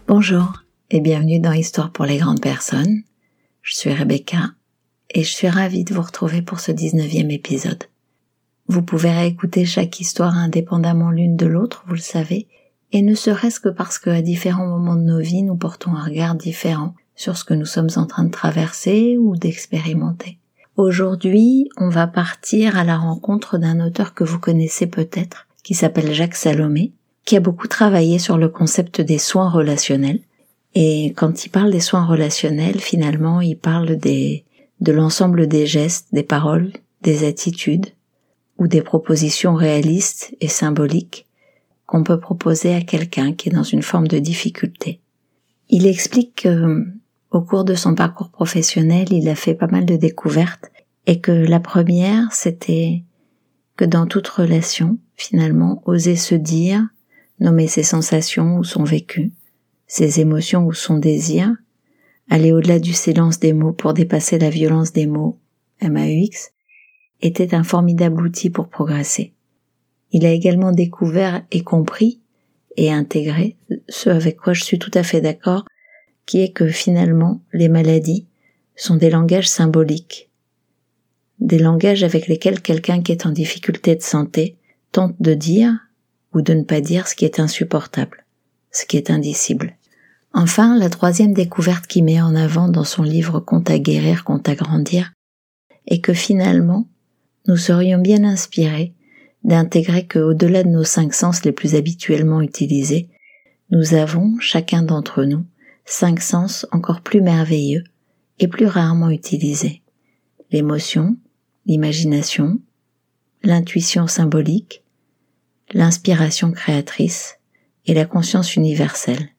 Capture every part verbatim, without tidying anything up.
Bonjour et bienvenue dans Histoire pour les grandes personnes. Je suis Rebecca et je suis ravie de vous retrouver pour ce dix-neuvième épisode. Vous pouvez réécouter chaque histoire indépendamment l'une de l'autre, vous le savez, et ne serait-ce que parce qu'à différents moments de nos vies, nous portons un regard différent sur ce que nous sommes en train de traverser ou d'expérimenter. Aujourd'hui, on va partir à la rencontre d'un auteur que vous connaissez peut-être, qui s'appelle Jacques Salomé, qui a beaucoup travaillé sur le concept des soins relationnels. Et quand il parle des soins relationnels, finalement, il parle des, de l'ensemble des gestes, des paroles, des attitudes, ou des propositions réalistes et symboliques qu'on peut proposer à quelqu'un qui est dans une forme de difficulté. Il explique que, au cours de son parcours professionnel, il a fait pas mal de découvertes, et que la première, c'était que dans toute relation, finalement, oser se dire, nommer ses sensations ou son vécu, ses émotions ou son désir, aller au-delà du silence des mots pour dépasser la violence des mots, M A U X, était un formidable outil pour progresser. Il a également découvert et compris et intégré ce avec quoi je suis tout à fait d'accord, qui est que finalement, les maladies sont des langages symboliques, des langages avec lesquels quelqu'un qui est en difficulté de santé tente de dire ou de ne pas dire ce qui est insupportable, ce qui est indicible. Enfin, la troisième découverte qu'il met en avant dans son livre « Compte à guérir, compte à grandir » est que finalement, nous serions bien inspirés d'intégrer qu'au-delà de nos cinq sens les plus habituellement utilisés, nous avons, chacun d'entre nous, cinq sens encore plus merveilleux et plus rarement utilisés. L'émotion, l'imagination, l'intuition symbolique, l'inspiration créatrice et la conscience universelle.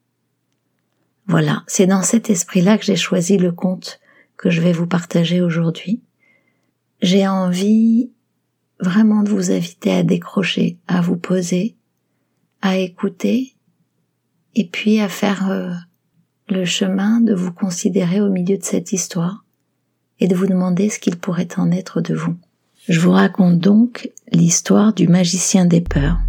Voilà, c'est dans cet esprit-là que j'ai choisi le conte que je vais vous partager aujourd'hui. J'ai envie vraiment de vous inviter à décrocher, à vous poser, à écouter, et puis à faire euh, le chemin de vous considérer au milieu de cette histoire et de vous demander ce qu'il pourrait en être de vous. Je vous raconte donc l'histoire du magicien des peurs.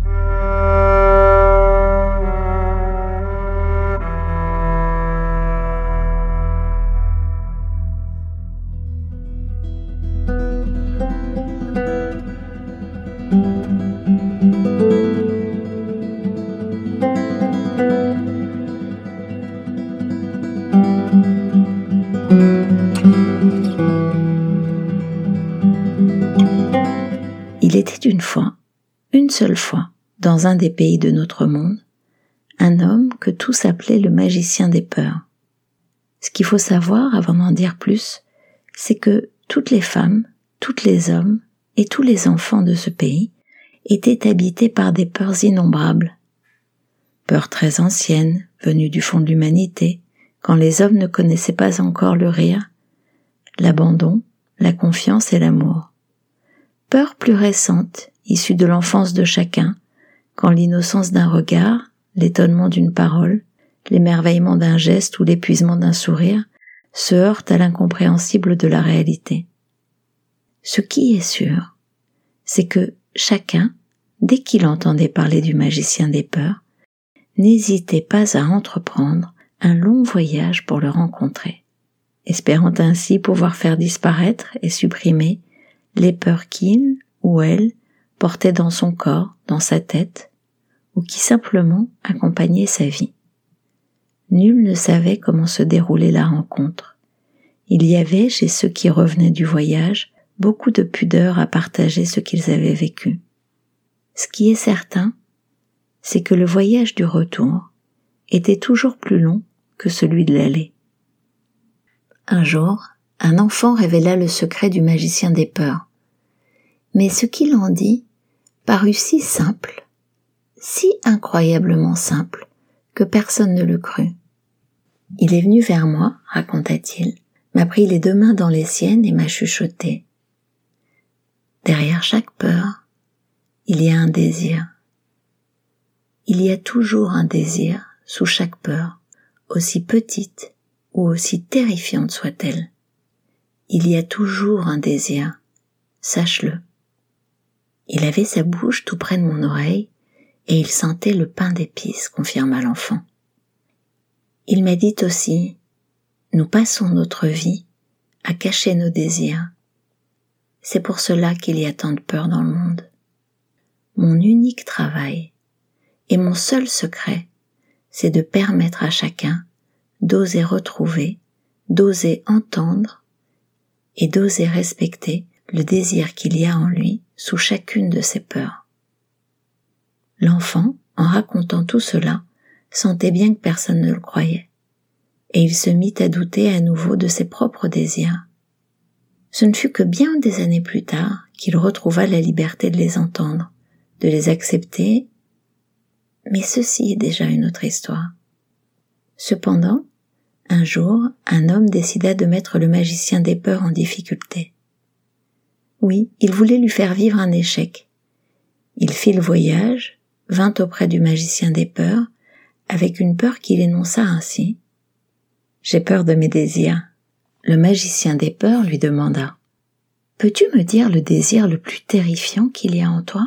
Il était une fois, une seule fois, dans un des pays de notre monde, un homme que tous appelaient le magicien des peurs. Ce qu'il faut savoir, avant d'en dire plus, c'est que toutes les femmes, tous les hommes et tous les enfants de ce pays étaient habités par des peurs innombrables. Peurs très anciennes, venues du fond de l'humanité, quand les hommes ne connaissaient pas encore le rire, l'abandon, la confiance et l'amour. Peurs plus récentes, issues de l'enfance de chacun, quand l'innocence d'un regard, l'étonnement d'une parole, l'émerveillement d'un geste ou l'épuisement d'un sourire se heurtent à l'incompréhensible de la réalité. Ce qui est sûr, c'est que chacun, dès qu'il entendait parler du magicien des peurs, n'hésitait pas à entreprendre un long voyage pour le rencontrer, espérant ainsi pouvoir faire disparaître et supprimer les peurs qu'il ou elle portait dans son corps, dans sa tête, ou qui simplement accompagnaient sa vie. Nul ne savait comment se déroulait la rencontre. Il y avait, chez ceux qui revenaient du voyage, beaucoup de pudeur à partager ce qu'ils avaient vécu. Ce qui est certain, c'est que le voyage du retour était toujours plus long que celui de l'aller. Un jour, un enfant révéla le secret du magicien des peurs. Mais ce qu'il en dit parut si simple, si incroyablement simple, que personne ne le crut. Il est venu vers moi, raconta-t-il, m'a pris les deux mains dans les siennes et m'a chuchoté. Derrière chaque peur, il y a un désir. Il y a toujours un désir sous chaque peur, aussi petite ou aussi terrifiante soit-elle. Il y a toujours un désir, sache-le. Il avait sa bouche tout près de mon oreille et il sentait le pain d'épices, confirma l'enfant. Il médite aussi, nous passons notre vie à cacher nos désirs. C'est pour cela qu'il y a tant de peur dans le monde. Mon unique travail et mon seul secret, c'est de permettre à chacun d'oser retrouver, d'oser entendre et d'oser respecter le désir qu'il y a en lui sous chacune de ses peurs. L'enfant, en racontant tout cela, sentait bien que personne ne le croyait, et il se mit à douter à nouveau de ses propres désirs. Ce ne fut que bien des années plus tard qu'il retrouva la liberté de les entendre, de les accepter, mais ceci est déjà une autre histoire. Cependant, un jour, un homme décida de mettre le magicien des peurs en difficulté. Oui, il voulait lui faire vivre un échec. Il fit le voyage, vint auprès du magicien des peurs, avec une peur qu'il énonça ainsi. « J'ai peur de mes désirs. » Le magicien des peurs lui demanda. « Peux-tu me dire le désir le plus terrifiant qu'il y a en toi ?»«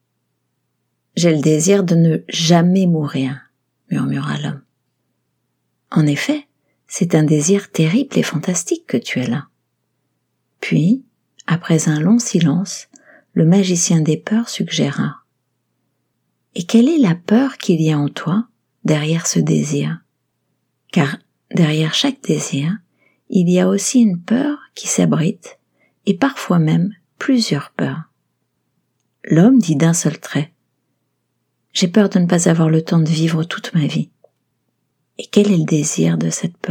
J'ai le désir de ne jamais mourir, » murmura l'homme. « En effet, c'est un désir terrible et fantastique que tu as là. » Puis, après un long silence, le magicien des peurs suggéra. « Et quelle est la peur qu'il y a en toi derrière ce désir ? Car derrière chaque désir, il y a aussi une peur qui s'abrite, et parfois même plusieurs peurs. » L'homme dit d'un seul trait. « J'ai peur de ne pas avoir le temps de vivre toute ma vie. » Et quel est le désir de cette peur ?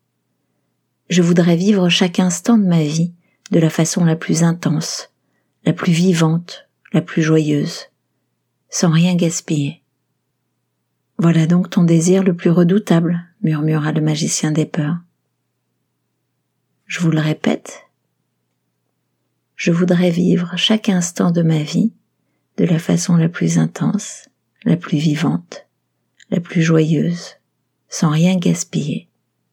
Je voudrais vivre chaque instant de ma vie de la façon la plus intense, la plus vivante, la plus joyeuse, sans rien gaspiller. Voilà donc ton désir le plus redoutable, murmura le magicien des peurs. Je vous le répète, je voudrais vivre chaque instant de ma vie de la façon la plus intense, la plus vivante, la plus joyeuse, sans rien gaspiller.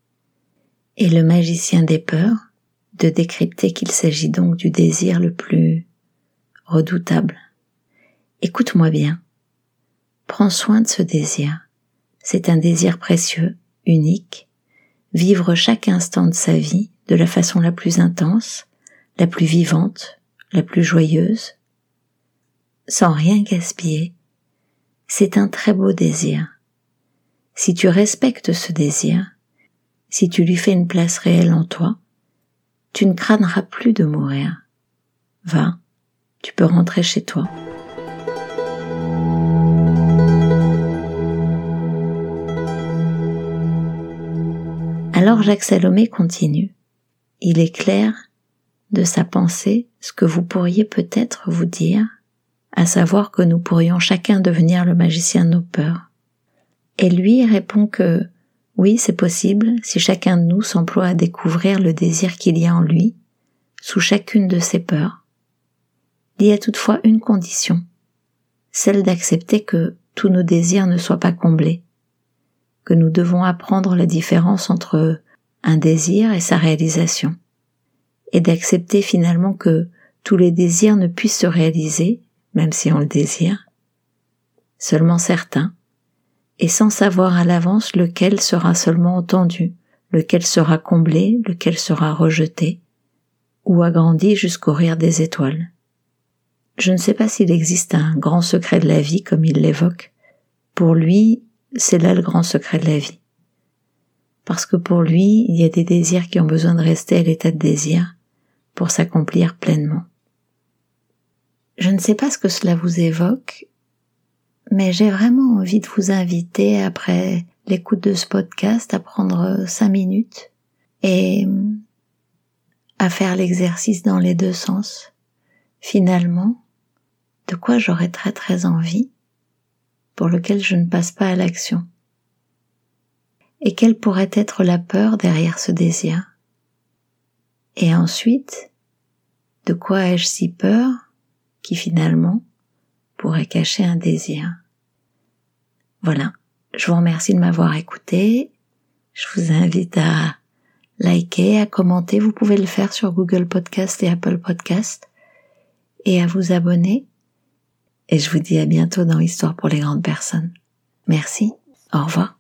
Et le magicien des peurs, de décrypter qu'il s'agit donc du désir le plus redoutable. Écoute-moi bien. Prends soin de ce désir. C'est un désir précieux, unique. Vivre chaque instant de sa vie de la façon la plus intense, la plus vivante, la plus joyeuse, sans rien gaspiller. C'est un très beau désir. Si tu respectes ce désir, si tu lui fais une place réelle en toi, tu ne craindras plus de mourir. Va, tu peux rentrer chez toi. Alors Jacques Salomé continue. Il est clair de sa pensée ce que vous pourriez peut-être vous dire, à savoir que nous pourrions chacun devenir le magicien de nos peurs. Et lui répond que oui, c'est possible si chacun de nous s'emploie à découvrir le désir qu'il y a en lui, sous chacune de ses peurs. Il y a toutefois une condition, celle d'accepter que tous nos désirs ne soient pas comblés, que nous devons apprendre la différence entre un désir et sa réalisation, et d'accepter finalement que tous les désirs ne puissent se réaliser, même si on le désire, seulement certains, et sans savoir à l'avance lequel sera seulement entendu, lequel sera comblé, lequel sera rejeté, ou agrandi jusqu'au rire des étoiles. Je ne sais pas s'il existe un grand secret de la vie comme il l'évoque. Pour lui, c'est là le grand secret de la vie. Parce que pour lui, il y a des désirs qui ont besoin de rester à l'état de désir pour s'accomplir pleinement. Je ne sais pas ce que cela vous évoque, mais j'ai vraiment envie de vous inviter, après l'écoute de ce podcast, à prendre cinq minutes et à faire l'exercice dans les deux sens. Finalement, de quoi j'aurais très très envie, pour lequel je ne passe pas à l'action. Et quelle pourrait être la peur derrière ce désir? Et ensuite, de quoi ai-je si peur qui finalement pourrait cacher un désir? Voilà, je vous remercie de m'avoir écouté. Je vous invite à liker, à commenter. Vous pouvez le faire sur Google Podcast et Apple Podcast. Et à vous abonner. Et je vous dis à bientôt dans Histoire pour les grandes personnes. Merci, au revoir.